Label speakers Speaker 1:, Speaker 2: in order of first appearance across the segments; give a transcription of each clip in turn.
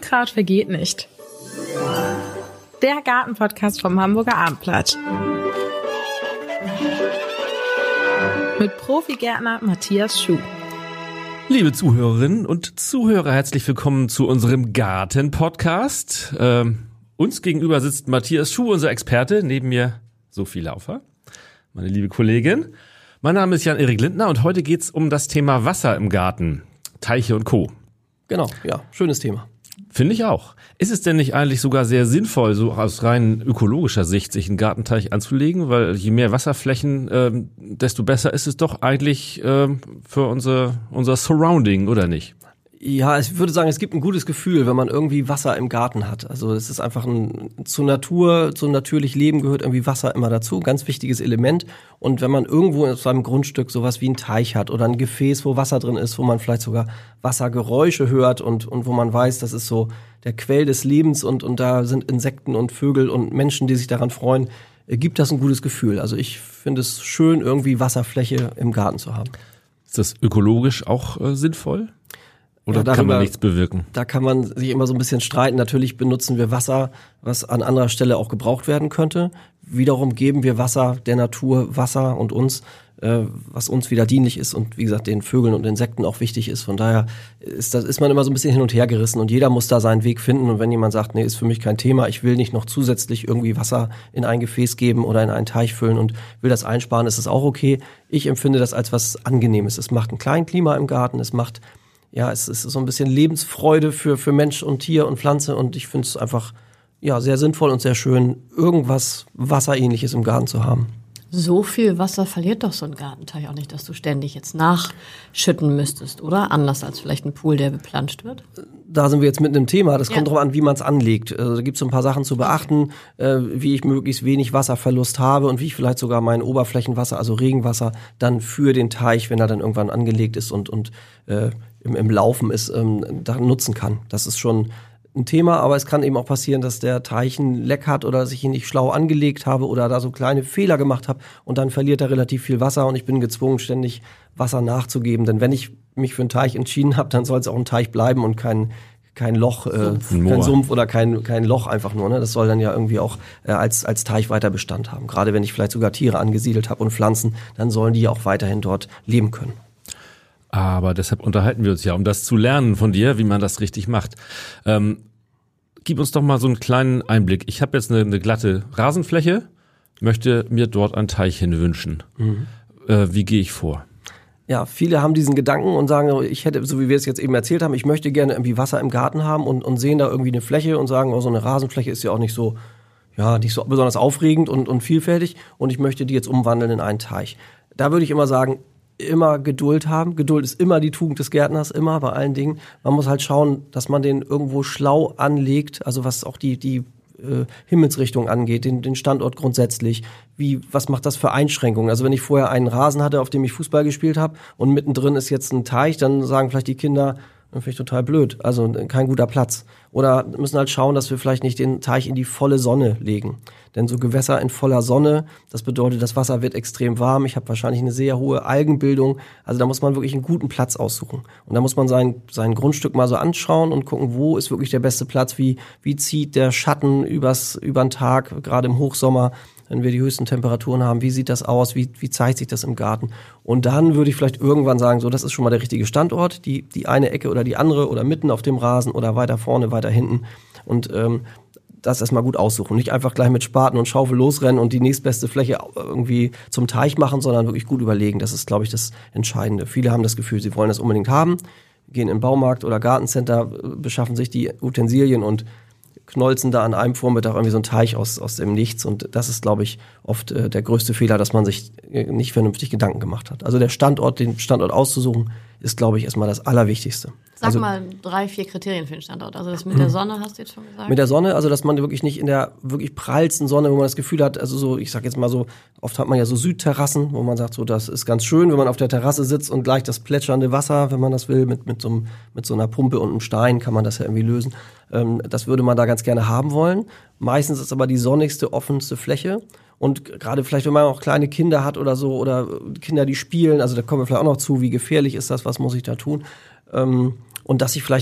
Speaker 1: Unkraut vergeht nicht. Der Gartenpodcast vom Hamburger Abendblatt. Mit Profi-Gärtner Matthias Schuh.
Speaker 2: Liebe Zuhörerinnen und Zuhörer, herzlich willkommen zu unserem Garten-Podcast. Uns gegenüber sitzt Matthias Schuh, unser Experte, neben mir Sophie Laufer, meine liebe Kollegin. Mein Name ist Jan-Erik Lindner und heute geht's um das Thema Wasser im Garten, Teiche und Co.
Speaker 3: Genau, ja, schönes Thema.
Speaker 2: Finde ich auch. Ist es denn nicht eigentlich sogar sehr sinnvoll, so aus rein ökologischer Sicht, sich einen Gartenteich anzulegen? Weil je mehr Wasserflächen, desto besser ist es doch eigentlich für unser Surrounding, oder nicht?
Speaker 3: Ja, ich würde sagen, es gibt ein gutes Gefühl, wenn man irgendwie Wasser im Garten hat. Also es ist einfach zur Natur, zum natürlichen Leben gehört irgendwie Wasser immer dazu, ganz wichtiges Element. Und wenn man irgendwo auf seinem Grundstück sowas wie einen Teich hat oder ein Gefäß, wo Wasser drin ist, wo man vielleicht sogar Wassergeräusche hört und wo man weiß, das ist so der Quell des Lebens und da sind Insekten und Vögel und Menschen, die sich daran freuen, gibt das ein gutes Gefühl. Also ich finde es schön, irgendwie Wasserfläche im Garten zu haben.
Speaker 2: Ist das ökologisch auch sinnvoll? Oder kann man nichts bewirken?
Speaker 3: Da kann man sich immer so ein bisschen streiten. Natürlich benutzen wir Wasser, was an anderer Stelle auch gebraucht werden könnte. Wiederum geben wir Wasser der Natur, Wasser und uns, was uns wieder dienlich ist und wie gesagt den Vögeln und Insekten auch wichtig ist. Von daher ist man immer so ein bisschen hin und her gerissen und jeder muss da seinen Weg finden. Und wenn jemand sagt, nee, ist für mich kein Thema, ich will nicht noch zusätzlich irgendwie Wasser in ein Gefäß geben oder in einen Teich füllen und will das einsparen, ist es auch okay. Ich empfinde das als was Angenehmes. Es macht ein Kleinklima im Garten, es ist so ein bisschen Lebensfreude für Mensch und Tier und Pflanze und ich finde es einfach sehr sinnvoll und sehr schön, irgendwas Wasserähnliches im Garten zu haben.
Speaker 4: So viel Wasser verliert doch so ein Gartenteich auch nicht, dass du ständig jetzt nachschütten müsstest, oder? Anders als vielleicht ein Pool, der beplanscht wird.
Speaker 3: Da sind wir jetzt mitten im Thema. Das kommt darauf an, wie man es anlegt. Also, da gibt es so ein paar Sachen zu beachten, wie ich möglichst wenig Wasserverlust habe und wie ich vielleicht sogar mein Oberflächenwasser, also Regenwasser, dann für den Teich, wenn er dann irgendwann angelegt ist und im Laufen ist, da nutzen kann. Das ist schon ein Thema, aber es kann eben auch passieren, dass der Teich ein Leck hat oder dass ich ihn nicht schlau angelegt habe oder da so kleine Fehler gemacht habe und dann verliert er relativ viel Wasser und ich bin gezwungen, ständig Wasser nachzugeben. Denn wenn ich mich für einen Teich entschieden habe, dann soll es auch ein Teich bleiben und kein Loch, kein Sumpf oder kein Loch einfach nur. Ne? Das soll dann ja irgendwie auch als Teich weiter Bestand haben. Gerade wenn ich vielleicht sogar Tiere angesiedelt habe und Pflanzen, dann sollen die auch weiterhin dort leben können.
Speaker 2: Aber deshalb unterhalten wir uns ja, um das zu lernen von dir, wie man das richtig macht. Gib uns doch mal so einen kleinen Einblick. Ich habe jetzt eine glatte Rasenfläche, möchte mir dort einen Teich hinwünschen. Wie gehe ich vor?
Speaker 3: Ja, viele haben diesen Gedanken und sagen, ich hätte, so wie wir es jetzt eben erzählt haben, ich möchte gerne irgendwie Wasser im Garten haben und sehen da irgendwie eine Fläche und sagen, so eine Rasenfläche ist ja auch nicht so besonders aufregend und vielfältig und ich möchte die jetzt umwandeln in einen Teich. Da würde ich immer sagen, immer Geduld haben. Geduld ist immer die Tugend des Gärtners, immer bei allen Dingen. Man muss halt schauen, dass man den irgendwo schlau anlegt, also was auch die Himmelsrichtung angeht, den Standort grundsätzlich. Was macht das für Einschränkungen? Also wenn ich vorher einen Rasen hatte, auf dem ich Fußball gespielt habe und mittendrin ist jetzt ein Teich, dann sagen vielleicht die Kinder, dann finde ich total blöd, also kein guter Platz. Oder müssen halt schauen, dass wir vielleicht nicht den Teich in die volle Sonne legen. Denn so Gewässer in voller Sonne, das bedeutet, das Wasser wird extrem warm. Ich habe wahrscheinlich eine sehr hohe Algenbildung. Also da muss man wirklich einen guten Platz aussuchen. Und da muss man sein Grundstück mal so anschauen und gucken, wo ist wirklich der beste Platz, wie zieht der Schatten übern Tag, gerade im Hochsommer, wenn wir die höchsten Temperaturen haben, wie sieht das aus, wie zeigt sich das im Garten? Und dann würde ich vielleicht irgendwann sagen, so, das ist schon mal der richtige Standort, die eine Ecke oder die andere oder mitten auf dem Rasen oder weiter vorne, weiter hinten und das erstmal gut aussuchen. Nicht einfach gleich mit Spaten und Schaufel losrennen und die nächstbeste Fläche irgendwie zum Teich machen, sondern wirklich gut überlegen. Das ist, glaube ich, das Entscheidende. Viele haben das Gefühl, sie wollen das unbedingt haben, gehen in den Baumarkt oder Gartencenter, beschaffen sich die Utensilien und knolzen da an einem Vormittag irgendwie so ein Teich aus dem Nichts und das ist, glaube ich, oft der größte Fehler, dass man sich nicht vernünftig Gedanken gemacht hat. Also den Standort auszusuchen, ist, glaube ich, erstmal das Allerwichtigste.
Speaker 4: Sag mal 3-4 Kriterien für den Standort. Also das mit der Sonne hast du jetzt schon gesagt?
Speaker 3: Mit der Sonne, also dass man wirklich nicht in der wirklich prallsten Sonne, wo man das Gefühl hat, also so, ich sag jetzt mal so, oft hat man ja so Südterrassen, wo man sagt, so, das ist ganz schön, wenn man auf der Terrasse sitzt und gleich das plätschernde Wasser, wenn man das will, mit so einer Pumpe und einem Stein kann man das ja irgendwie lösen. Das würde man da ganz gerne haben wollen. Meistens ist aber die sonnigste, offenste Fläche. Und gerade vielleicht, wenn man auch kleine Kinder hat oder so, oder Kinder, die spielen, also da kommen wir vielleicht auch noch zu, wie gefährlich ist das, was muss ich da tun? Und dass ich vielleicht nicht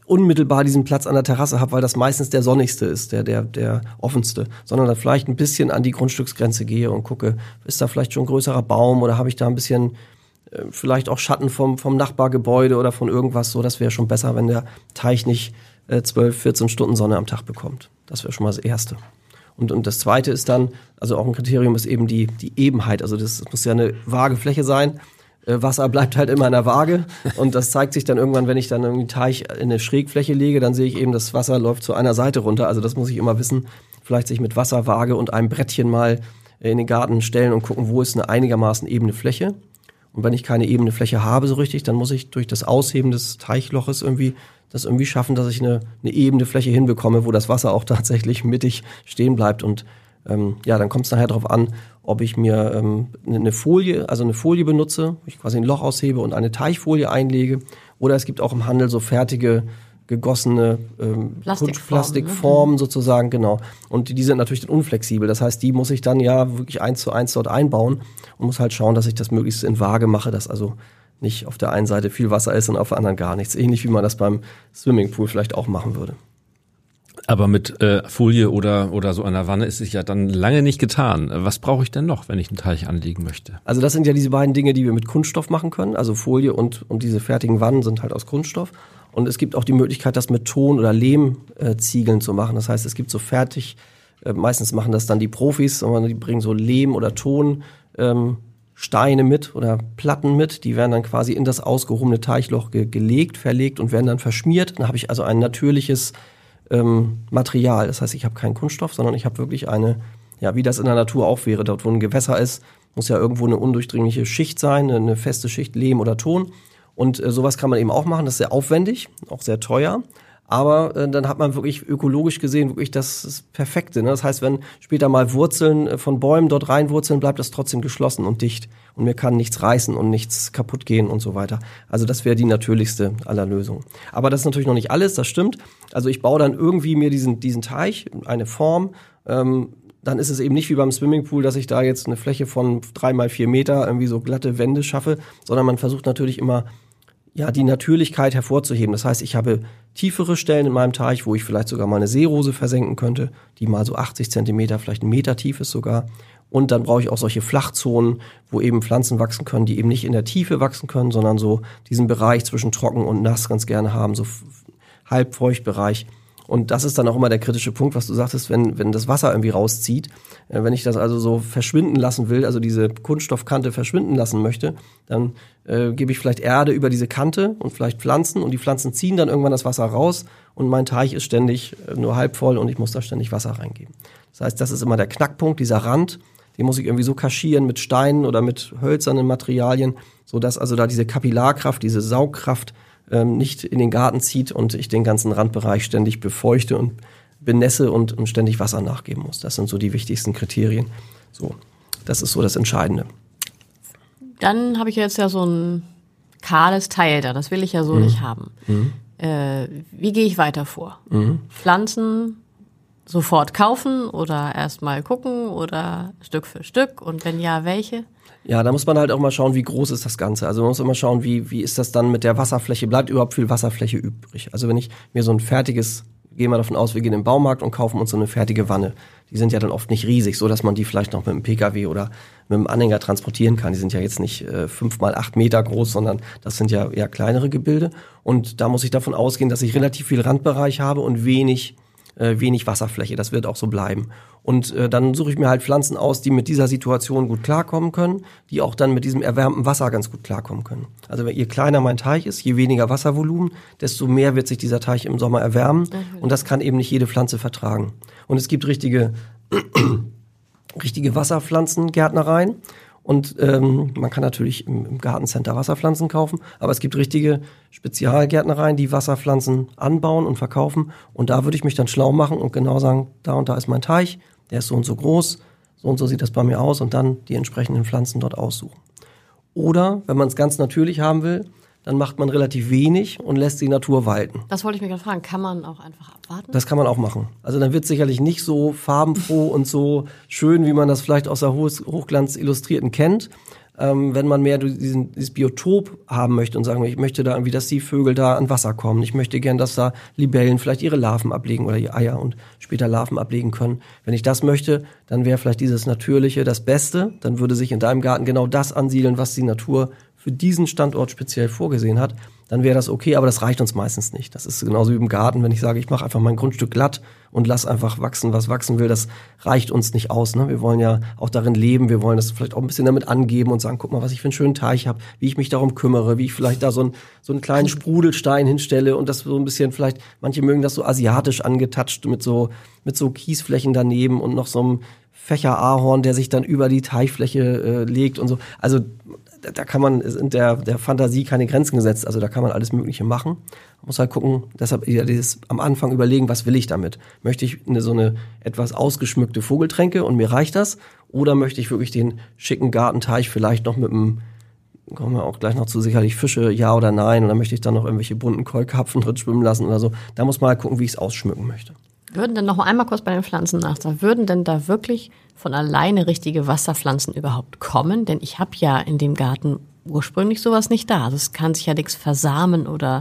Speaker 3: unmittelbar diesen Platz an der Terrasse habe, weil das meistens der sonnigste ist, der offenste, sondern da vielleicht ein bisschen an die Grundstücksgrenze gehe und gucke, ist da vielleicht schon ein größerer Baum oder habe ich da ein bisschen vielleicht auch Schatten vom Nachbargebäude oder von irgendwas, so, das wäre schon besser, wenn der Teich nicht 12, 14 Stunden Sonne am Tag bekommt. Das wäre schon mal das Erste. Und das Zweite ist dann, also auch ein Kriterium ist eben die Ebenheit, also das muss ja eine vage Fläche sein. Wasser bleibt halt immer in der Waage und das zeigt sich dann irgendwann, wenn ich dann irgendwie einen Teich in eine Schrägfläche lege, dann sehe ich eben, das Wasser läuft zu einer Seite runter, also das muss ich immer wissen, vielleicht sich mit Wasserwaage und einem Brettchen mal in den Garten stellen und gucken, wo ist eine einigermaßen ebene Fläche. Und wenn ich keine ebene Fläche habe so richtig, dann muss ich durch das Ausheben des Teichloches irgendwie schaffen, dass ich eine ebene Fläche hinbekomme, wo das Wasser auch tatsächlich mittig stehen bleibt. Und dann kommt es nachher darauf an, ob ich mir eine Folie benutze, wo ich quasi ein Loch aushebe und eine Teichfolie einlege. Oder es gibt auch im Handel so fertige gegossene Plastikformen sozusagen, genau. Und die sind natürlich dann unflexibel. Das heißt, die muss ich dann ja wirklich 1:1 dort einbauen und muss halt schauen, dass ich das möglichst in Waage mache, dass also nicht auf der einen Seite viel Wasser ist und auf der anderen gar nichts. Ähnlich wie man das beim Swimmingpool vielleicht auch machen würde.
Speaker 2: Aber mit Folie oder so einer Wanne ist es ja dann lange nicht getan. Was brauche ich denn noch, wenn ich einen Teich anlegen möchte?
Speaker 3: Also das sind ja diese beiden Dinge, die wir mit Kunststoff machen können. Also Folie und diese fertigen Wannen sind halt aus Kunststoff. Und es gibt auch die Möglichkeit, das mit Ton oder Lehmziegeln zu machen. Das heißt, es gibt so fertig, meistens machen das dann die Profis, die bringen so Lehm oder Ton Steine mit oder Platten mit. Die werden dann quasi in das ausgehobene Teichloch verlegt und werden dann verschmiert. Dann habe ich also ein natürliches Material. Das heißt, ich habe keinen Kunststoff, sondern ich habe wirklich wie das in der Natur auch wäre. Dort, wo ein Gewässer ist, muss ja irgendwo eine undurchdringliche Schicht sein, eine feste Schicht Lehm oder Ton. Und sowas kann man eben auch machen. Das ist sehr aufwendig, auch sehr teuer. Aber dann hat man wirklich ökologisch gesehen wirklich das Perfekte. Ne? Das heißt, wenn später mal Wurzeln von Bäumen dort reinwurzeln, bleibt das trotzdem geschlossen und dicht. Und mir kann nichts reißen und nichts kaputt gehen und so weiter. Also das wäre die natürlichste aller Lösungen. Aber das ist natürlich noch nicht alles, das stimmt. Also ich baue dann irgendwie mir diesen Teich, eine Form. Dann ist es eben nicht wie beim Swimmingpool, dass ich da jetzt eine Fläche von 3x4 Meter irgendwie so glatte Wände schaffe, sondern man versucht natürlich immer die Natürlichkeit hervorzuheben. Das heißt, ich habe tiefere Stellen in meinem Teich, wo ich vielleicht sogar mal eine Seerose versenken könnte, die mal so 80 Zentimeter, vielleicht 1 Meter tief ist sogar. Und dann brauche ich auch solche Flachzonen, wo eben Pflanzen wachsen können, die eben nicht in der Tiefe wachsen können, sondern so diesen Bereich zwischen trocken und nass ganz gerne haben, so Halbfeuchtbereich. Und das ist dann auch immer der kritische Punkt, was du sagtest, wenn das Wasser irgendwie rauszieht. Wenn ich das also so verschwinden lassen will, also diese Kunststoffkante verschwinden lassen möchte, dann gebe ich vielleicht Erde über diese Kante und vielleicht Pflanzen und die Pflanzen ziehen dann irgendwann das Wasser raus und mein Teich ist ständig nur halb voll und ich muss da ständig Wasser reingeben. Das heißt, das ist immer der Knackpunkt, dieser Rand, den muss ich irgendwie so kaschieren mit Steinen oder mit hölzernen Materialien, sodass also da diese Kapillarkraft, diese Saugkraft nicht in den Garten zieht und ich den ganzen Randbereich ständig befeuchte und benässe und ständig Wasser nachgeben muss. Das sind so die wichtigsten Kriterien. So, das ist so das Entscheidende.
Speaker 4: Dann habe ich jetzt ja so ein kahles Teil da. Das will ich ja so nicht haben. Wie gehe ich weiter vor? Pflanzen sofort kaufen oder erst mal gucken oder Stück für Stück? Und wenn ja, welche?
Speaker 3: Ja, da muss man halt auch mal schauen, wie groß ist das Ganze. Also man muss immer schauen, wie ist das dann mit der Wasserfläche, bleibt überhaupt viel Wasserfläche übrig. Also wenn ich mir so ein fertiges, gehen wir davon aus, wir gehen in den Baumarkt und kaufen uns so eine fertige Wanne. Die sind ja dann oft nicht riesig, so dass man die vielleicht noch mit einem PKW oder mit einem Anhänger transportieren kann. Die sind ja jetzt nicht 5x8 Meter groß, sondern das sind ja eher kleinere Gebilde. Und da muss ich davon ausgehen, dass ich relativ viel Randbereich habe und wenig Wasserfläche. Das wird auch so bleiben. Und dann suche ich mir halt Pflanzen aus, die mit dieser Situation gut klarkommen können, die auch dann mit diesem erwärmten Wasser ganz gut klarkommen können. Also je kleiner mein Teich ist, je weniger Wasservolumen, desto mehr wird sich dieser Teich im Sommer erwärmen. Und das kann eben nicht jede Pflanze vertragen. Und es gibt richtige Wasserpflanzengärtnereien. Und man kann natürlich im Gartencenter Wasserpflanzen kaufen, aber es gibt richtige Spezialgärtnereien, die Wasserpflanzen anbauen und verkaufen. Und da würde ich mich dann schlau machen und genau sagen, da und da ist mein Teich, der ist so und so groß, so und so sieht das bei mir aus und dann die entsprechenden Pflanzen dort aussuchen. Oder, wenn man es ganz natürlich haben will, dann macht man relativ wenig und lässt die Natur walten.
Speaker 4: Das wollte ich mich gerade fragen. Kann man auch einfach abwarten?
Speaker 3: Das kann man auch machen. Also dann wird es sicherlich nicht so farbenfroh und so schön, wie man das vielleicht aus der Hochglanz Illustrierten kennt. wenn man mehr dieses Biotop haben möchte und sagen, ich möchte da irgendwie, dass die Vögel da an Wasser kommen. Ich möchte gern, dass da Libellen vielleicht ihre Larven ablegen oder ihre Eier und später Larven ablegen können. Wenn ich das möchte, dann wäre vielleicht dieses Natürliche das Beste. Dann würde sich in deinem Garten genau das ansiedeln, was die Natur für diesen Standort speziell vorgesehen hat. Dann wäre das okay, aber das reicht uns meistens nicht. Das ist genauso wie im Garten, wenn ich sage, ich mache einfach mein Grundstück glatt und lass einfach wachsen, was wachsen will, das reicht uns nicht aus. Ne? Wir wollen ja auch darin leben, wir wollen das vielleicht auch ein bisschen damit angeben und sagen, guck mal, was ich für einen schönen Teich habe, wie ich mich darum kümmere, wie ich vielleicht da so einen kleinen Sprudelstein hinstelle und das so ein bisschen vielleicht, manche mögen das so asiatisch angetatscht mit so Kiesflächen daneben und noch so einem Fächerahorn, der sich dann über die Teichfläche legt und so. Also da kann man, sind der Fantasie keine Grenzen gesetzt, also da kann man alles Mögliche machen. Man muss halt gucken, deshalb am Anfang überlegen, was will ich damit? Möchte ich so eine etwas ausgeschmückte Vogeltränke und mir reicht das? Oder möchte ich wirklich den schicken Gartenteich vielleicht noch mit einem, kommen wir auch gleich noch zu, sicherlich Fische, ja oder nein? Oder möchte ich dann noch irgendwelche bunten Keukarpfen drin schwimmen lassen oder so? Da muss man halt gucken, wie ich es ausschmücken möchte.
Speaker 4: Würden denn noch einmal kurz bei den Pflanzen nachsagen, würden denn da wirklich von alleine richtige Wasserpflanzen überhaupt kommen? Denn ich habe ja in dem Garten ursprünglich sowas nicht da. Also es kann sich ja nichts versamen oder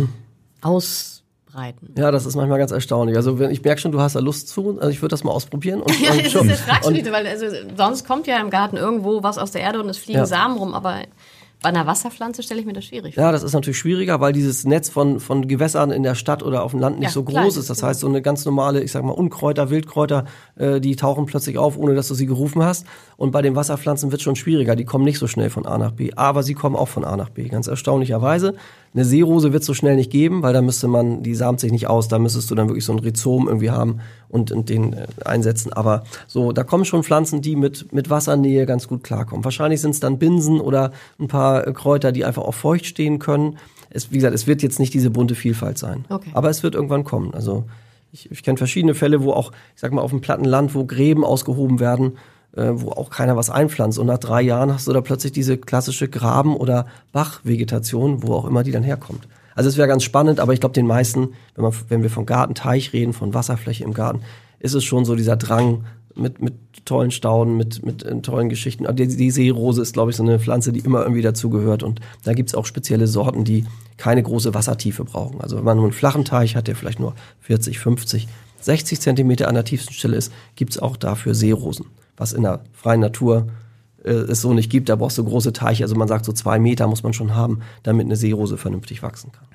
Speaker 4: ausbreiten.
Speaker 3: Ja, das ist manchmal ganz erstaunlich. Also ich merke schon, du hast da Lust zu. Also ich würde das mal ausprobieren.
Speaker 4: Ja, das fragst du mich, weil sonst kommt ja im Garten irgendwo was aus der Erde und es fliegen Samen rum, aber bei einer Wasserpflanze stelle ich mir das schwierig vor.
Speaker 3: Ja, das ist natürlich schwieriger, weil dieses Netz von Gewässern in der Stadt oder auf dem Land nicht so groß ist. Das heißt, so eine ganz normale, ich sag mal, Unkräuter, Wildkräuter, die tauchen plötzlich auf, ohne dass du sie gerufen hast. Und bei den Wasserpflanzen wird es schon schwieriger. Die kommen nicht so schnell von A nach B. Aber sie kommen auch von A nach B. Ganz erstaunlicherweise. Eine Seerose wird es so schnell nicht geben, weil da die samt sich nicht aus. Da müsstest du dann wirklich so ein Rhizom irgendwie haben und den einsetzen. Aber so, da kommen schon Pflanzen, die mit Wassernähe ganz gut klarkommen. Wahrscheinlich sind es dann Binsen oder ein paar Kräuter, die einfach auch feucht stehen können. Wie gesagt, es wird jetzt nicht diese bunte Vielfalt sein. Okay. Aber es wird irgendwann kommen. Also ich kenne verschiedene Fälle, wo auch, ich sag mal, auf dem platten Land, wo Gräben ausgehoben werden, wo auch keiner was einpflanzt. Und nach 3 Jahren hast du da plötzlich diese klassische Graben- oder Bachvegetation, wo auch immer die dann herkommt. Also es wäre ganz spannend, aber ich glaube den meisten, wenn wir von Gartenteich reden, von Wasserfläche im Garten, ist es schon so dieser Drang mit tollen Stauden, mit tollen Geschichten. Die Seerose ist, glaube ich, so eine Pflanze, die immer irgendwie dazugehört. Und da gibt es auch spezielle Sorten, die keine große Wassertiefe brauchen. Also wenn man nur einen flachen Teich hat, der vielleicht nur 40, 50, 60 Zentimeter an der tiefsten Stelle ist, gibt es auch dafür Seerosen. Was in der freien Natur es so nicht gibt. Da brauchst du große Teiche. Also man sagt, so 2 Meter muss man schon haben, damit eine Seerose vernünftig wachsen kann.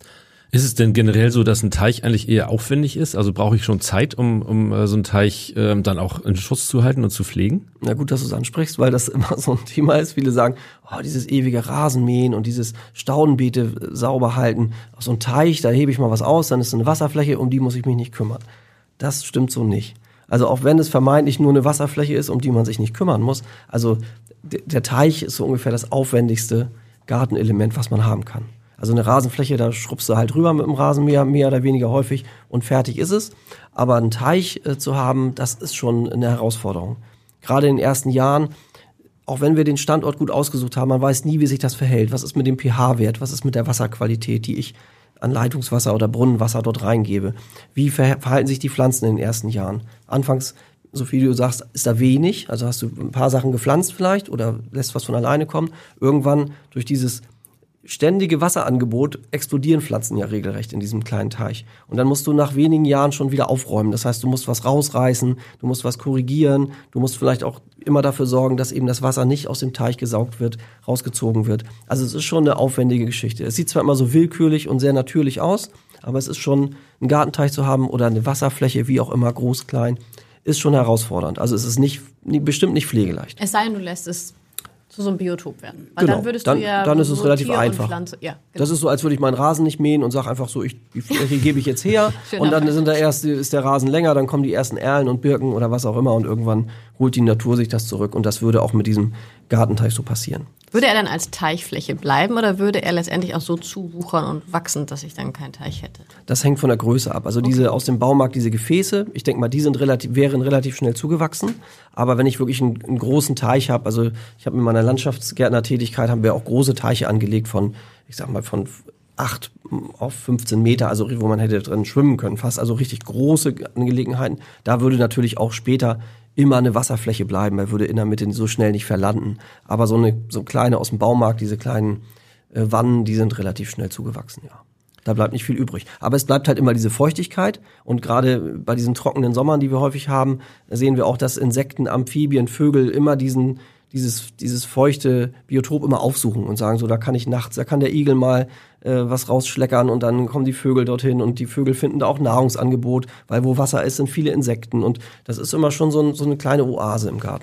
Speaker 2: Ist es denn generell so, dass ein Teich eigentlich eher aufwendig ist? Also brauche ich schon Zeit, um so einen Teich dann auch in Schuss zu halten und zu pflegen?
Speaker 3: Na gut, dass du es ansprichst, weil das immer so ein Thema ist. Viele sagen, dieses ewige Rasenmähen und dieses Staudenbeete sauber halten. Auf so einen Teich, da hebe ich mal was aus, dann ist eine Wasserfläche, um die muss ich mich nicht kümmern. Das stimmt so nicht. Also auch wenn es vermeintlich nur eine Wasserfläche ist, um die man sich nicht kümmern muss. Also der Teich ist so ungefähr das aufwendigste Gartenelement, was man haben kann. Also eine Rasenfläche, da schrubbst du halt rüber mit dem Rasenmäher, mehr oder weniger häufig und fertig ist es. Aber einen Teich zu haben, das ist schon eine Herausforderung. Gerade in den ersten Jahren, auch wenn wir den Standort gut ausgesucht haben, man weiß nie, wie sich das verhält. Was ist mit dem pH-Wert? Was ist mit der Wasserqualität, die ich an Leitungswasser oder Brunnenwasser dort reingebe? Wie verhalten sich die Pflanzen in den ersten Jahren? Anfangs, so wie du sagst, ist da wenig. Also hast du ein paar Sachen gepflanzt vielleicht oder lässt was von alleine kommen. Irgendwann durch dieses ständige Wasserangebot explodieren Pflanzen ja regelrecht in diesem kleinen Teich. Und dann musst du nach wenigen Jahren schon wieder aufräumen. Das heißt, du musst was rausreißen, du musst was korrigieren, du musst vielleicht auch immer dafür sorgen, dass eben das Wasser nicht aus dem Teich gesaugt wird, rausgezogen wird. Also es ist schon eine aufwendige Geschichte. Es sieht zwar immer so willkürlich und sehr natürlich aus, aber es ist schon, einen Gartenteich zu haben oder eine Wasserfläche, wie auch immer, groß, klein, ist schon herausfordernd. Also es ist bestimmt nicht pflegeleicht.
Speaker 4: Es sei denn, du lässt es zu so einem Biotop werden.
Speaker 3: Weil genau. Dann ist es relativ einfach. Ja, genau. Das ist so, als würde ich meinen Rasen nicht mähen und sage einfach so, die Fläche gebe ich jetzt her und dann ist der Rasen länger, dann kommen die ersten Erlen und Birken oder was auch immer und irgendwann holt die Natur sich das zurück und das würde auch mit diesem Gartenteich so passieren.
Speaker 4: Würde er dann als Teichfläche bleiben oder würde er letztendlich auch so zuwuchern und wachsen, dass ich dann keinen Teich hätte?
Speaker 3: Das hängt von der Größe ab. Also diese aus dem Baumarkt, diese Gefäße, ich denke mal, die wären relativ schnell zugewachsen. Aber wenn ich wirklich einen großen Teich habe, also ich habe in meiner Landschaftsgärtnertätigkeit, haben wir auch große Teiche angelegt von, ich sag mal, von 8 auf 15 Meter, also wo man hätte drin schwimmen können, fast, also richtig große Angelegenheiten. Da würde natürlich auch später immer eine Wasserfläche bleiben, er würde in der Mitte so schnell nicht verlanden. Aber so kleine aus dem Baumarkt, diese kleinen Wannen, die sind relativ schnell zugewachsen, ja. Da bleibt nicht viel übrig. Aber es bleibt halt immer diese Feuchtigkeit. Und gerade bei diesen trockenen Sommern, die wir häufig haben, sehen wir auch, dass Insekten, Amphibien, Vögel immer dieses feuchte Biotop immer aufsuchen und sagen so, da kann der Igel mal was rausschleckern und dann kommen die Vögel dorthin und die Vögel finden da auch Nahrungsangebot, weil wo Wasser ist, sind viele Insekten und das ist immer schon so eine kleine Oase im Garten.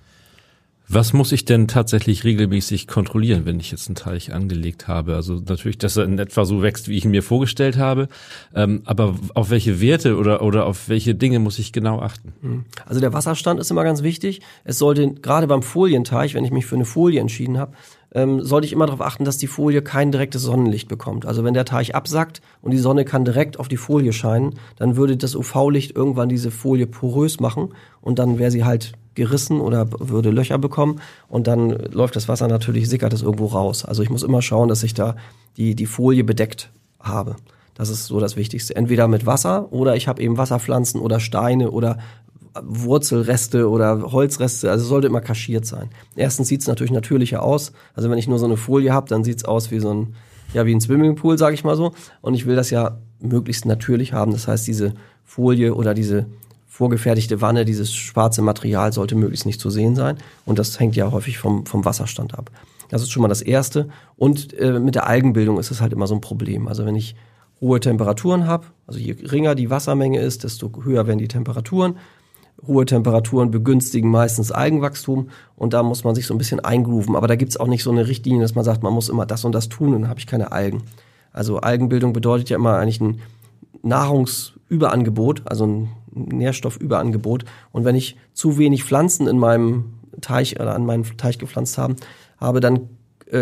Speaker 2: Was muss ich denn tatsächlich regelmäßig kontrollieren, wenn ich jetzt einen Teich angelegt habe? Also natürlich, dass er in etwa so wächst, wie ich ihn mir vorgestellt habe. Aber auf welche Werte oder auf welche Dinge muss ich genau achten?
Speaker 3: Also der Wasserstand ist immer ganz wichtig. Es sollte gerade beim Folienteich, wenn ich mich für eine Folie entschieden habe, sollte ich immer darauf achten, dass die Folie kein direktes Sonnenlicht bekommt. Also wenn der Teich absackt und die Sonne kann direkt auf die Folie scheinen, dann würde das UV-Licht irgendwann diese Folie porös machen und dann wäre sie halt gerissen oder würde Löcher bekommen und dann läuft das Wasser natürlich, sickert es irgendwo raus. Also ich muss immer schauen, dass ich da die Folie bedeckt habe. Das ist so das Wichtigste. Entweder mit Wasser oder ich habe eben Wasserpflanzen oder Steine oder Wurzelreste oder Holzreste, also es sollte immer kaschiert sein. Erstens sieht es natürlich natürlicher aus. Also wenn ich nur so eine Folie habe, dann sieht es aus wie wie ein Swimmingpool, sage ich mal so. Und ich will das ja möglichst natürlich haben. Das heißt, diese Folie oder diese vorgefertigte Wanne, dieses schwarze Material sollte möglichst nicht zu sehen sein. Und das hängt ja häufig vom Wasserstand ab. Das ist schon mal das Erste. Und mit der Algenbildung ist es halt immer so ein Problem. Also wenn ich hohe Temperaturen habe, also je geringer die Wassermenge ist, desto höher werden die Temperaturen. Hohe Temperaturen begünstigen meistens Algenwachstum und da muss man sich so ein bisschen eingrooven. Aber da gibt's auch nicht so eine Richtlinie, dass man sagt, man muss immer das und das tun und dann habe ich keine Algen. Also Algenbildung bedeutet ja immer eigentlich ein Nahrungsüberangebot, also ein Nährstoffüberangebot. Und wenn ich zu wenig Pflanzen in meinem Teich oder an meinem Teich gepflanzt habe, dann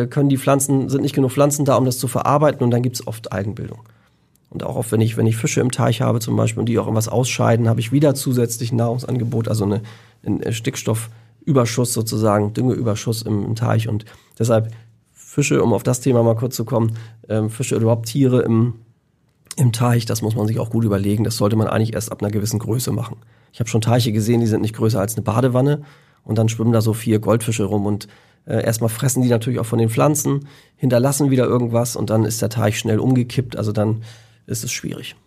Speaker 3: sind nicht genug Pflanzen da, um das zu verarbeiten und dann gibt's oft Algenbildung. Und auch oft, wenn ich Fische im Teich habe zum Beispiel und die auch irgendwas ausscheiden, habe ich wieder zusätzlich ein Nahrungsangebot, also einen Stickstoffüberschuss sozusagen, Düngeüberschuss im Teich. Und deshalb Fische, um auf das Thema mal kurz zu kommen, Fische oder überhaupt Tiere im Teich, das muss man sich auch gut überlegen. Das sollte man eigentlich erst ab einer gewissen Größe machen. Ich habe schon Teiche gesehen, die sind nicht größer als eine Badewanne und dann schwimmen da so 4 Goldfische rum und erstmal fressen die natürlich auch von den Pflanzen, hinterlassen wieder irgendwas und dann ist der Teich schnell umgekippt, also dann ist es schwierig.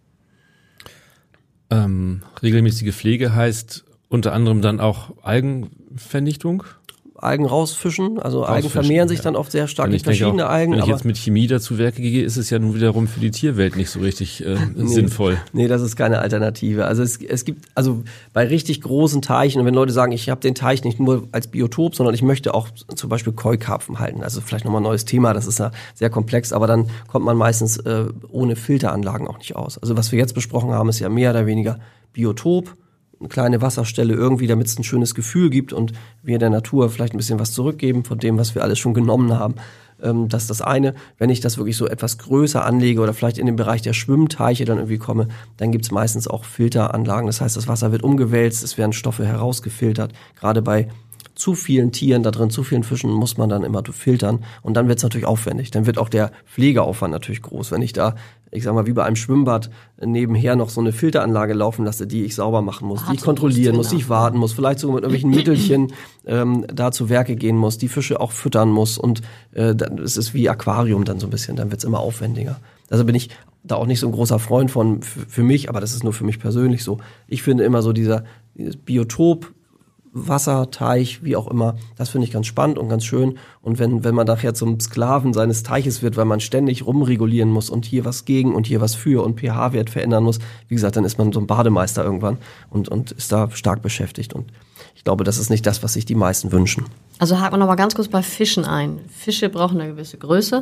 Speaker 2: Regelmäßige Pflege heißt unter anderem dann auch Algenvernichtung?
Speaker 3: Algen rausfischen, also Algen vermehren sich dann oft sehr stark durch verschiedene Algen.
Speaker 2: Wenn ich jetzt mit Chemie dazu Werke gehe, ist es ja nun wiederum für die Tierwelt nicht so richtig sinnvoll.
Speaker 3: Nee, das ist keine Alternative. Also es gibt, also bei richtig großen Teichen, und wenn Leute sagen, ich habe den Teich nicht nur als Biotop, sondern ich möchte auch zum Beispiel Koi-Karpfen halten, also vielleicht nochmal ein neues Thema, das ist ja sehr komplex, aber dann kommt man meistens ohne Filteranlagen auch nicht aus. Also was wir jetzt besprochen haben, ist ja mehr oder weniger Biotop, eine kleine Wasserstelle irgendwie, damit es ein schönes Gefühl gibt und wir der Natur vielleicht ein bisschen was zurückgeben von dem, was wir alles schon genommen haben. Das ist das eine. Wenn ich das wirklich so etwas größer anlege oder vielleicht in den Bereich der Schwimmteiche dann irgendwie komme, dann gibt's meistens auch Filteranlagen. Das heißt, das Wasser wird umgewälzt, es werden Stoffe herausgefiltert. Gerade bei zu vielen Tieren da drin, zu vielen Fischen muss man dann immer filtern und dann wird's natürlich aufwendig. Dann wird auch der Pflegeaufwand natürlich groß. Wenn ich da, ich sag mal, wie bei einem Schwimmbad nebenher noch so eine Filteranlage laufen lasse, die ich sauber machen muss, die ich kontrollieren muss, die ich warten muss, vielleicht sogar mit irgendwelchen Mittelchen da zu Werke gehen muss, die Fische auch füttern muss und es ist wie Aquarium dann so ein bisschen, dann wird's immer aufwendiger. Also bin ich da auch nicht so ein großer Freund von für mich, aber das ist nur für mich persönlich so. Ich finde immer so dieses Biotop, Wasser, Teich, wie auch immer, das finde ich ganz spannend und ganz schön. Und wenn man nachher zum Sklaven seines Teiches wird, weil man ständig rumregulieren muss und hier was gegen und hier was für und pH-Wert verändern muss, wie gesagt, dann ist man so ein Bademeister irgendwann und ist da stark beschäftigt. Und ich glaube, das ist nicht das, was sich die meisten wünschen.
Speaker 4: Also haken wir noch mal ganz kurz bei Fischen ein. Fische brauchen eine gewisse Größe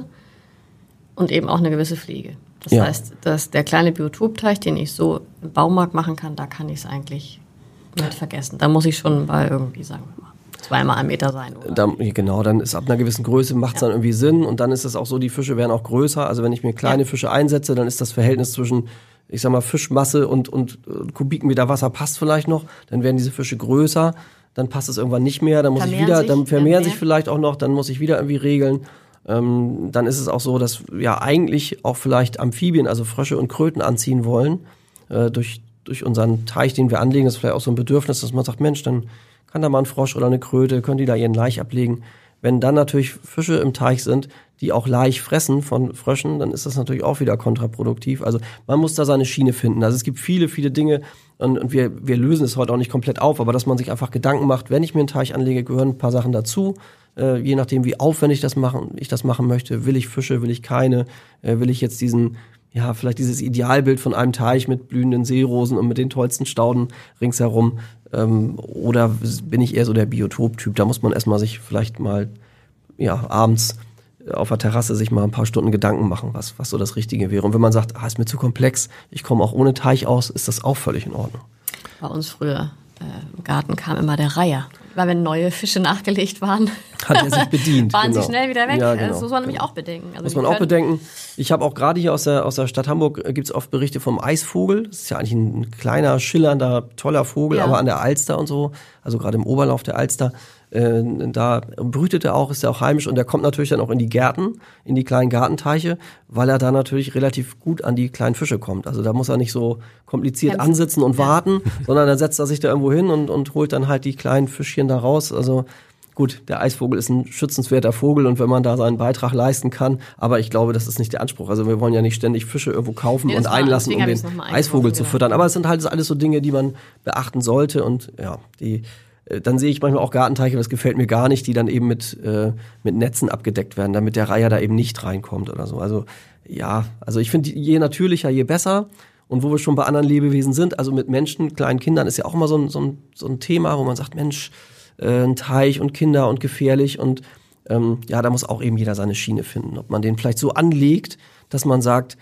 Speaker 4: und eben auch eine gewisse Pflege. Das heißt, dass der kleine Biotopteich, den ich so im Baumarkt machen kann, da kann ich es eigentlich nicht vergessen. Da muss ich schon bei irgendwie, sagen wir mal, 2 Meter sein. Oder?
Speaker 3: Genau, dann ist ab einer gewissen Größe, macht es dann irgendwie Sinn. Und dann ist es auch so, die Fische werden auch größer. Also wenn ich mir kleine Fische einsetze, dann ist das Verhältnis zwischen, ich sag mal, Fischmasse und Kubikmeter Wasser passt vielleicht noch. Dann werden diese Fische größer. Dann passt es irgendwann nicht mehr. Dann muss ich wieder, dann vermehren sich vielleicht auch noch. Dann muss ich wieder irgendwie regeln. dann ist es auch so, dass wir eigentlich auch vielleicht Amphibien, also Frösche und Kröten anziehen wollen, durch unseren Teich, den wir anlegen. Das ist vielleicht auch so ein Bedürfnis, dass man sagt, Mensch, dann kann da mal ein Frosch oder eine Kröte, können die da ihren Laich ablegen. Wenn dann natürlich Fische im Teich sind, die auch Laich fressen von Fröschen, dann ist das natürlich auch wieder kontraproduktiv. Also man muss da seine Schiene finden. Also es gibt viele, viele Dinge und wir lösen es heute auch nicht komplett auf, aber dass man sich einfach Gedanken macht, wenn ich mir einen Teich anlege, gehören ein paar Sachen dazu. Je nachdem, wie aufwendig ich das machen möchte. Will ich Fische, will ich keine? Will ich jetzt vielleicht dieses Idealbild von einem Teich mit blühenden Seerosen und mit den tollsten Stauden ringsherum? Oder bin ich eher so der Biotop-Typ? Da muss man erstmal sich vielleicht mal abends auf der Terrasse sich mal ein paar Stunden Gedanken machen, was so das Richtige wäre. Und wenn man sagt, ist mir zu komplex, ich komme auch ohne Teich aus, ist das auch völlig in Ordnung.
Speaker 4: Bei uns früher im Garten kam immer der Reiher. Weil wenn neue Fische nachgelegt waren,
Speaker 3: hat er sich bedient.
Speaker 4: waren sie schnell wieder weg.
Speaker 3: Ja, genau.
Speaker 4: Das muss man nämlich auch bedenken. Also
Speaker 3: muss man auch bedenken. Ich habe auch gerade hier aus der Stadt Hamburg gibt's oft Berichte vom Eisvogel. Das ist ja eigentlich ein kleiner, schillernder, toller Vogel, aber an der Alster und so, also gerade im Oberlauf der Alster, da brütet er auch, ist er auch heimisch und der kommt natürlich dann auch in die Gärten, in die kleinen Gartenteiche, weil er da natürlich relativ gut an die kleinen Fische kommt. Also da muss er nicht so kompliziert ansitzen und warten, sondern dann setzt er sich da irgendwo hin und holt dann halt die kleinen Fischchen da raus. Also gut, der Eisvogel ist ein schützenswerter Vogel und wenn man da seinen Beitrag leisten kann, aber ich glaube, das ist nicht der Anspruch. Also wir wollen ja nicht ständig Fische irgendwo kaufen und einlassen, um den Eisvogel zu füttern. Aber es sind halt alles so Dinge, die man beachten sollte und dann sehe ich manchmal auch Gartenteiche, das gefällt mir gar nicht, die dann eben mit Netzen abgedeckt werden, damit der Reiher da eben nicht reinkommt oder so. Also ich finde, je natürlicher, je besser. Und wo wir schon bei anderen Lebewesen sind, also mit Menschen, kleinen Kindern, ist ja auch immer so ein Thema, wo man sagt, Mensch, ein Teich und Kinder und gefährlich und da muss auch eben jeder seine Schiene finden. Ob man den vielleicht so anlegt, dass man sagt,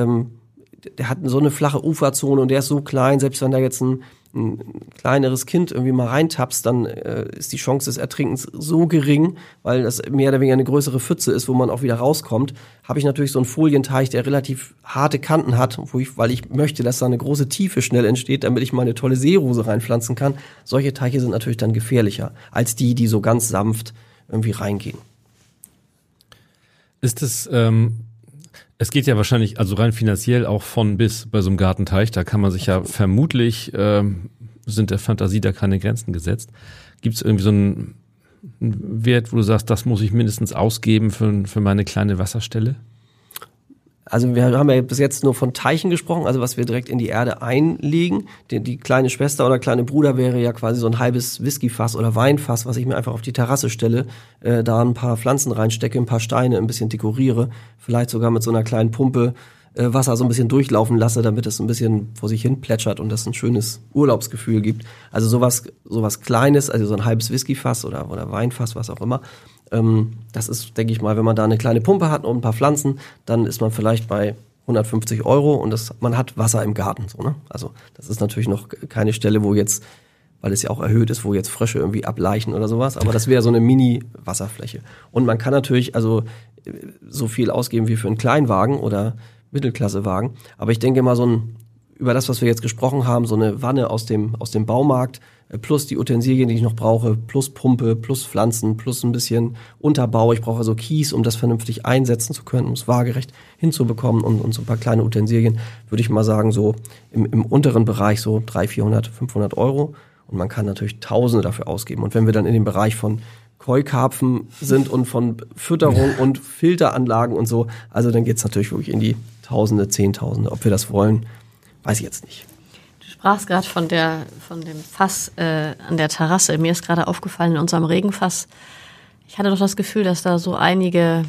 Speaker 3: der hat so eine flache Uferzone und der ist so klein, selbst wenn da jetzt ein kleineres Kind irgendwie mal reintapst, dann ist die Chance des Ertrinkens so gering, weil das mehr oder weniger eine größere Pfütze ist, wo man auch wieder rauskommt. Habe ich natürlich so einen Folienteich, der relativ harte Kanten hat, weil ich möchte, dass da eine große Tiefe schnell entsteht, damit ich mal eine tolle Seerose reinpflanzen kann. Solche Teiche sind natürlich dann gefährlicher als die so ganz sanft irgendwie reingehen.
Speaker 2: Ist es geht ja wahrscheinlich, also rein finanziell auch von bis bei so einem Gartenteich, da kann man sich ja vermutlich, sind der Fantasie da keine Grenzen gesetzt. Gibt es irgendwie so einen Wert, wo du sagst, das muss ich mindestens ausgeben für meine kleine Wasserstelle?
Speaker 3: Also wir haben ja bis jetzt nur von Teichen gesprochen, also was wir direkt in die Erde einlegen. Die kleine Schwester oder kleine Bruder wäre ja quasi so ein halbes Whiskyfass oder Weinfass, was ich mir einfach auf die Terrasse stelle, da ein paar Pflanzen reinstecke, ein paar Steine, ein bisschen dekoriere, vielleicht sogar mit so einer kleinen Pumpe Wasser so ein bisschen durchlaufen lasse, damit es ein bisschen vor sich hin plätschert und das ein schönes Urlaubsgefühl gibt. Also sowas Kleines, also so ein halbes Whiskyfass oder Weinfass, was auch immer. Das ist, denke ich mal, wenn man da eine kleine Pumpe hat und ein paar Pflanzen, dann ist man vielleicht bei 150 € und man hat Wasser im Garten. So, ne? Also das ist natürlich noch keine Stelle, wo jetzt, weil es ja auch erhöht ist, wo jetzt Frösche irgendwie ableichen oder sowas, aber das wäre so eine Mini-Wasserfläche. Und man kann natürlich also so viel ausgeben wie für einen Kleinwagen oder Mittelklassewagen, aber ich denke mal über das, was wir jetzt gesprochen haben, so eine Wanne aus dem Baumarkt, plus die Utensilien, die ich noch brauche, plus Pumpe, plus Pflanzen, plus ein bisschen Unterbau. Ich brauche so Kies, um das vernünftig einsetzen zu können, um es waagerecht hinzubekommen und so ein paar kleine Utensilien, würde ich mal sagen, so im unteren Bereich so 300, 400, 500 €. Und man kann natürlich Tausende dafür ausgeben. Und wenn wir dann in dem Bereich von Keukarpfen sind und von Fütterung und Filteranlagen und so, also dann geht's natürlich wirklich in die Tausende, Zehntausende. Ob wir das wollen, weiß ich jetzt nicht.
Speaker 4: Du sprachst gerade von dem Fass an der Terrasse. Mir ist gerade aufgefallen, in unserem Regenfass, ich hatte doch das Gefühl, dass da so einige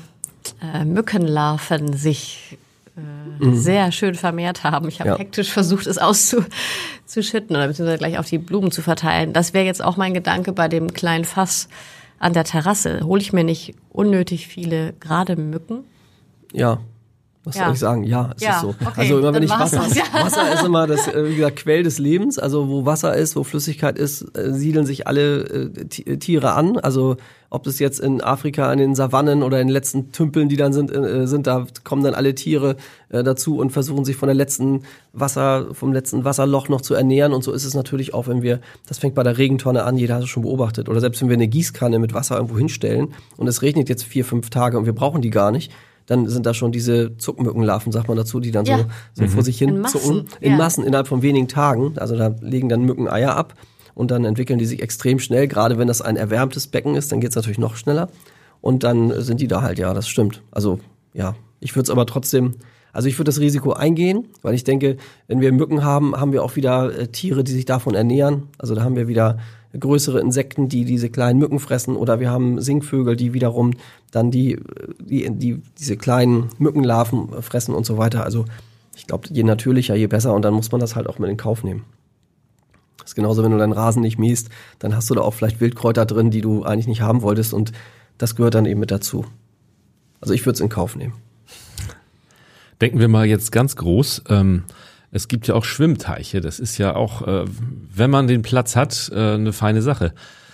Speaker 4: Mückenlarven sich sehr schön vermehrt haben. Ich habe hektisch versucht, es auszuschütten oder beziehungsweise gleich auf die Blumen zu verteilen. Das wäre jetzt auch mein Gedanke bei dem kleinen Fass an der Terrasse. Hole ich mir nicht unnötig viele gerade Mücken?
Speaker 3: Ja, Was soll ich sagen? Ja, es ist so.
Speaker 4: Okay,
Speaker 3: also immer wenn ich Wasser ist immer das, wie gesagt, Quell des Lebens. Also wo Wasser ist, wo Flüssigkeit ist, siedeln sich alle Tiere an. Also ob das jetzt in Afrika an den Savannen oder in den letzten Tümpeln, die dann sind, da kommen dann alle Tiere dazu und versuchen sich vom letzten Wasserloch noch zu ernähren. Und so ist es natürlich auch, wenn wir, das fängt bei der Regentonne an, jeder hat es schon beobachtet. Oder selbst wenn wir eine Gießkanne mit Wasser irgendwo hinstellen und es regnet jetzt 4-5 Tage und wir brauchen die gar nicht, dann sind da schon diese Zuckmückenlarven, sagt man dazu, die dann so vor sich hin zucken. In Massen innerhalb von wenigen Tagen. Also da legen dann Mücken Eier ab und dann entwickeln die sich extrem schnell. Gerade wenn das ein erwärmtes Becken ist, dann geht's natürlich noch schneller. Und dann sind die da halt, ja, das stimmt. Also ja, ich würde es aber trotzdem, also ich würde das Risiko eingehen, weil ich denke, wenn wir Mücken haben, haben wir auch wieder Tiere, die sich davon ernähren. Also da haben wir wieder größere Insekten, die diese kleinen Mücken fressen, oder wir haben Singvögel, die wiederum dann diese kleinen Mückenlarven fressen und so weiter. Also ich glaube, je natürlicher, je besser, und dann muss man das halt auch mit in Kauf nehmen. Das ist genauso, wenn du deinen Rasen nicht mähst, dann hast du da auch vielleicht Wildkräuter drin, die du eigentlich nicht haben wolltest, und das gehört dann eben mit dazu. Also ich würde es in Kauf nehmen.
Speaker 2: Denken wir mal jetzt ganz groß. Es gibt ja auch Schwimmteiche. Das ist ja auch, wenn man den Platz hat, eine feine Sache.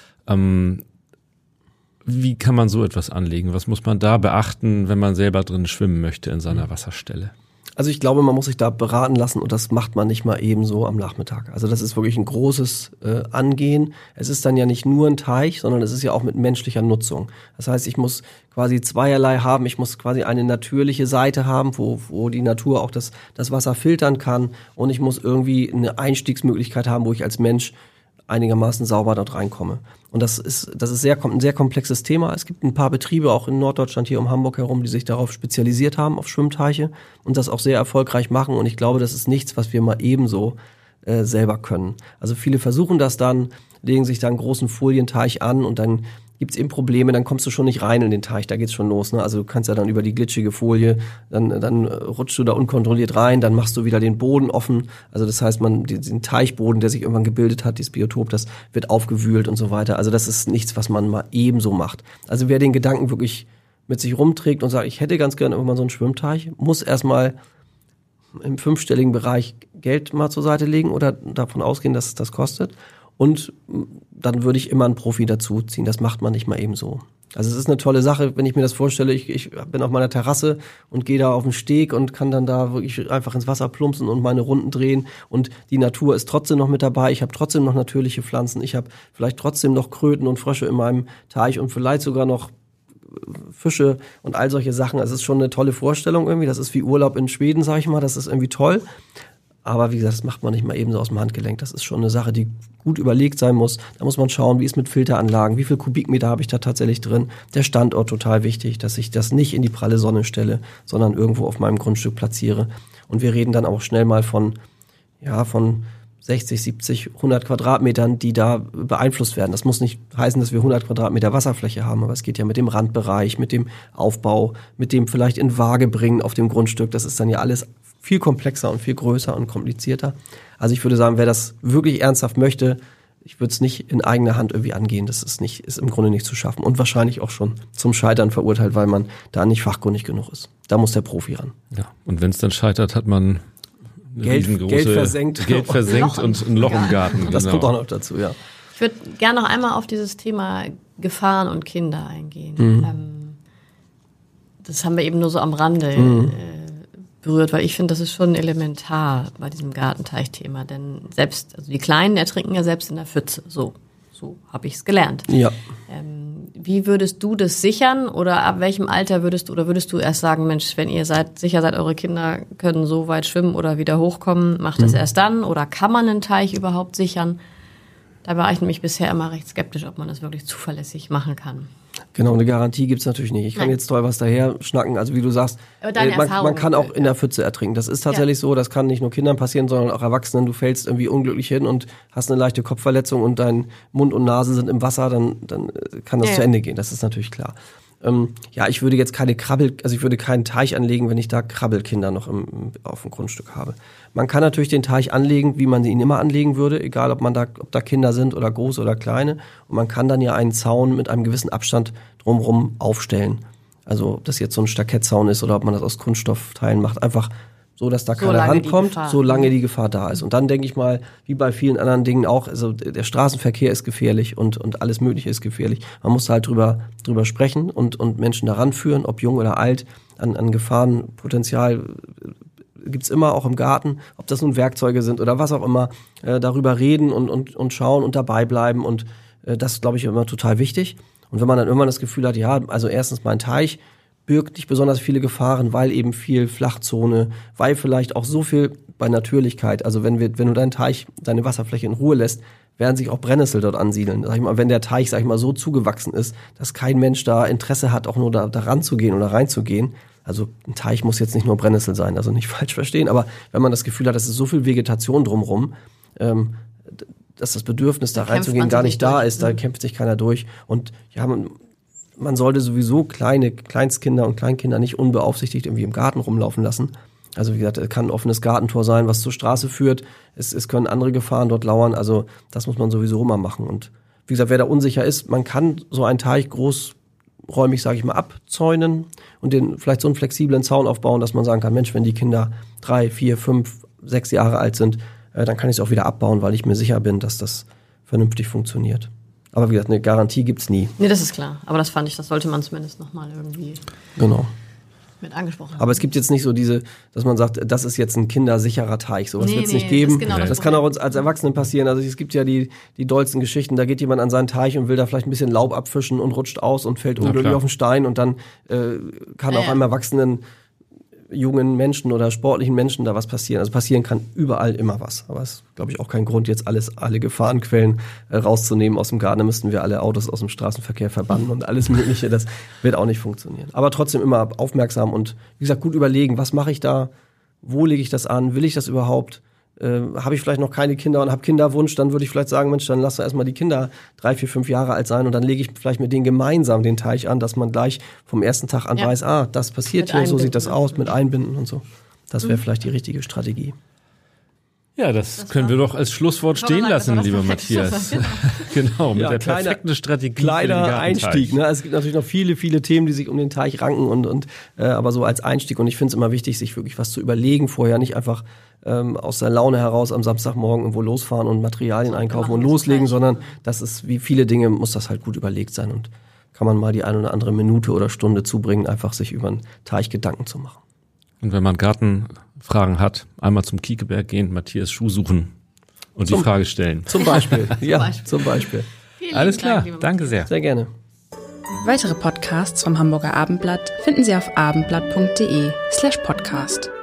Speaker 2: Wie kann man so etwas anlegen? Was muss man da beachten, wenn man selber drin schwimmen möchte in seiner Wasserstelle?
Speaker 3: Also ich glaube, man muss sich da beraten lassen, und das macht man nicht mal eben so am Nachmittag. Also das ist wirklich ein großes Angehen. Es ist dann ja nicht nur ein Teich, sondern es ist ja auch mit menschlicher Nutzung. Das heißt, ich muss quasi zweierlei haben. Ich muss quasi eine natürliche Seite haben, wo die Natur auch das Wasser filtern kann, und ich muss irgendwie eine Einstiegsmöglichkeit haben, wo ich als Mensch einigermaßen sauber dort reinkomme. Und das ist ein sehr komplexes Thema. Es gibt ein paar Betriebe auch in Norddeutschland hier um Hamburg herum, die sich darauf spezialisiert haben, auf Schwimmteiche, und das auch sehr erfolgreich machen. Und ich glaube, das ist nichts, was wir mal ebenso selber können. Also viele versuchen das dann, legen sich da einen großen Folienteich an, und dann gibt's eben Probleme, dann kommst du schon nicht rein in den Teich, da geht's schon los, ne? Also du kannst ja dann über die glitschige Folie, dann rutschst du da unkontrolliert rein, dann machst du wieder den Boden offen. Also das heißt, den Teichboden, der sich irgendwann gebildet hat, dieses Biotop, das wird aufgewühlt und so weiter. Also das ist nichts, was man mal ebenso macht. Also wer den Gedanken wirklich mit sich rumträgt und sagt, ich hätte ganz gerne irgendwann so einen Schwimmteich, muss erstmal im 5-stelligen Bereich Geld mal zur Seite legen oder davon ausgehen, dass es das kostet. Und dann würde ich immer einen Profi dazu ziehen. Das macht man nicht mal eben so. Also es ist eine tolle Sache, wenn ich mir das vorstelle. Ich bin auf meiner Terrasse und gehe da auf den Steg und kann dann da wirklich einfach ins Wasser plumpsen und meine Runden drehen. Und die Natur ist trotzdem noch mit dabei. Ich habe trotzdem noch natürliche Pflanzen. Ich habe vielleicht trotzdem noch Kröten und Frösche in meinem Teich und vielleicht sogar noch Fische und all solche Sachen. Also es ist schon eine tolle Vorstellung irgendwie. Das ist wie Urlaub in Schweden, sag ich mal. Das ist irgendwie toll. Aber wie gesagt, das macht man nicht mal eben so aus dem Handgelenk. Das ist schon eine Sache, die gut überlegt sein muss. Da muss man schauen, wie ist mit Filteranlagen, wie viel Kubikmeter habe ich da tatsächlich drin. Der Standort total wichtig, dass ich das nicht in die pralle Sonne stelle, sondern irgendwo auf meinem Grundstück platziere. Und wir reden dann auch schnell mal von 60, 70, 100 Quadratmetern, die da beeinflusst werden. Das muss nicht heißen, dass wir 100 Quadratmeter Wasserfläche haben, aber es geht ja mit dem Randbereich, mit dem Aufbau, mit dem vielleicht in Waage bringen auf dem Grundstück. Das ist dann ja alles viel komplexer und viel größer und komplizierter. Also ich würde sagen, wer das wirklich ernsthaft möchte, ich würde es nicht in eigener Hand irgendwie angehen. Das ist im Grunde nicht zu schaffen und wahrscheinlich auch schon zum Scheitern verurteilt, weil man da nicht fachkundig genug ist. Da muss der Profi ran.
Speaker 2: Ja, und wenn es dann scheitert, hat man
Speaker 3: Geld versenkt
Speaker 2: und ein Loch im Garten.
Speaker 3: Das kommt auch noch dazu, ja.
Speaker 4: Ich würde gerne noch einmal auf dieses Thema Gefahren und Kinder eingehen. Das haben wir eben nur so am Rande berührt, weil ich finde, das ist schon elementar bei diesem Gartenteich-Thema, denn die Kleinen ertrinken ja selbst in der Pfütze, so habe ich es gelernt.
Speaker 3: Ja.
Speaker 4: Wie würdest du das sichern, oder ab welchem Alter würdest du erst sagen, Mensch, wenn ihr sicher seid, eure Kinder können so weit schwimmen oder wieder hochkommen, macht das erst dann, oder kann man einen Teich überhaupt sichern? Da war ich nämlich bisher immer recht skeptisch, ob man das wirklich zuverlässig machen kann.
Speaker 3: Genau, eine Garantie gibt's natürlich nicht. Ich kann jetzt toll was daher schnacken. Also wie du sagst, man kann auch in der Pfütze ertrinken. Das ist tatsächlich so, das kann nicht nur Kindern passieren, sondern auch Erwachsenen. Du fällst irgendwie unglücklich hin und hast eine leichte Kopfverletzung und dein Mund und Nase sind im Wasser, dann kann das zu Ende gehen. Das ist natürlich klar. Ich würde jetzt ich würde keinen Teich anlegen, wenn ich da Krabbelkinder noch auf dem Grundstück habe. Man kann natürlich den Teich anlegen, wie man ihn immer anlegen würde, egal ob da Kinder sind oder große oder kleine. Und man kann dann ja einen Zaun mit einem gewissen Abstand drumherum aufstellen. Also ob das jetzt so ein Stakettzaun ist oder ob man das aus Kunststoffteilen macht, einfach so, dass da keiner rankommt, solange die Gefahr da ist. Und dann denke ich mal, wie bei vielen anderen Dingen auch, also der Straßenverkehr ist gefährlich und alles Mögliche ist gefährlich. Man muss halt drüber sprechen und Menschen daran führen, ob jung oder alt, an Gefahrenpotenzial gibt's immer, auch im Garten, ob das nun Werkzeuge sind oder was auch immer, darüber reden und schauen und dabei bleiben. Und das ist, glaube ich, immer total wichtig. Und wenn man dann irgendwann das Gefühl hat, ja, also erstens mein Teich birgt nicht besonders viele Gefahren, weil eben viel Flachzone, weil vielleicht auch so viel bei Natürlichkeit, also wenn du deinen Teich, deine Wasserfläche in Ruhe lässt, werden sich auch Brennnessel dort ansiedeln. Sag ich mal, wenn der Teich, sag ich mal, so zugewachsen ist, dass kein Mensch da Interesse hat, auch nur da ranzugehen oder reinzugehen. Also ein Teich muss jetzt nicht nur Brennnessel sein, also nicht falsch verstehen, aber wenn man das Gefühl hat, es ist so viel Vegetation drumherum, dass das Bedürfnis, da reinzugehen, gar nicht da ist, da kämpft sich keiner durch. Und ja, man sollte sowieso Kleinstkinder und Kleinkinder nicht unbeaufsichtigt irgendwie im Garten rumlaufen lassen. Also wie gesagt, es kann ein offenes Gartentor sein, was zur Straße führt. Es können andere Gefahren dort lauern. Also das muss man sowieso immer machen. Und wie gesagt, wer da unsicher ist, man kann so einen Teich großräumig, sage ich mal, abzäunen und den vielleicht so einen flexiblen Zaun aufbauen, dass man sagen kann, Mensch, wenn die Kinder 3, 4, 5, 6 Jahre alt sind, dann kann ich es auch wieder abbauen, weil ich mir sicher bin, dass das vernünftig funktioniert. Aber wie gesagt, eine Garantie gibt's nie.
Speaker 4: Nee, das ist klar. Aber das fand ich, das sollte man zumindest nochmal irgendwie mit angesprochen haben.
Speaker 3: Aber es gibt jetzt nicht so dass man sagt, das ist jetzt ein kindersicherer Teich. Sowas wird's nicht geben. Das kann auch uns als Erwachsenen passieren. Also es gibt ja die dollsten Geschichten, da geht jemand an seinen Teich und will da vielleicht ein bisschen Laub abfischen und rutscht aus und fällt unglücklich auf den Stein und dann kann auch einem erwachsenen jungen Menschen oder sportlichen Menschen da was passieren. Also passieren kann überall immer was. Aber es ist, glaube ich, auch kein Grund, jetzt alle Gefahrenquellen rauszunehmen aus dem Garten. Da müssten wir alle Autos aus dem Straßenverkehr verbannen und alles Mögliche. Das wird auch nicht funktionieren. Aber trotzdem immer aufmerksam und, wie gesagt, gut überlegen, was mache ich da? Wo lege ich das an? Will ich das überhaupt? Habe ich vielleicht noch keine Kinder und habe Kinderwunsch, dann würde ich vielleicht sagen, Mensch, dann lass doch erstmal die Kinder 3, 4, 5 Jahre alt sein und dann lege ich vielleicht mit denen gemeinsam den Teich an, dass man gleich vom ersten Tag an weiß, das passiert hier, so sieht das aus, mit einbinden und so. Das wäre vielleicht die richtige Strategie.
Speaker 2: Ja, das können wir doch als Schlusswort stehen lassen, lieber Matthias. Genau, mit der perfekten Strategie.
Speaker 3: Kleiner Einstieg. Ne? Es gibt natürlich noch viele, viele Themen, die sich um den Teich ranken aber so als Einstieg. Und ich finde es immer wichtig, sich wirklich was zu überlegen vorher, nicht einfach aus der Laune heraus am Samstagmorgen irgendwo losfahren und Materialien einkaufen und loslegen, sondern das ist, wie viele Dinge, muss das halt gut überlegt sein und kann man mal die eine oder andere Minute oder Stunde zubringen, einfach sich über einen Teich Gedanken zu machen.
Speaker 2: Und wenn man Gartenfragen hat, einmal zum Kiekeberg gehen, Matthias Schuh suchen und die Frage stellen.
Speaker 3: Zum Beispiel. Zum Beispiel.
Speaker 2: Alles klar, danke sehr.
Speaker 3: Sehr gerne.
Speaker 1: Weitere Podcasts vom Hamburger Abendblatt finden Sie auf abendblatt.de/podcast.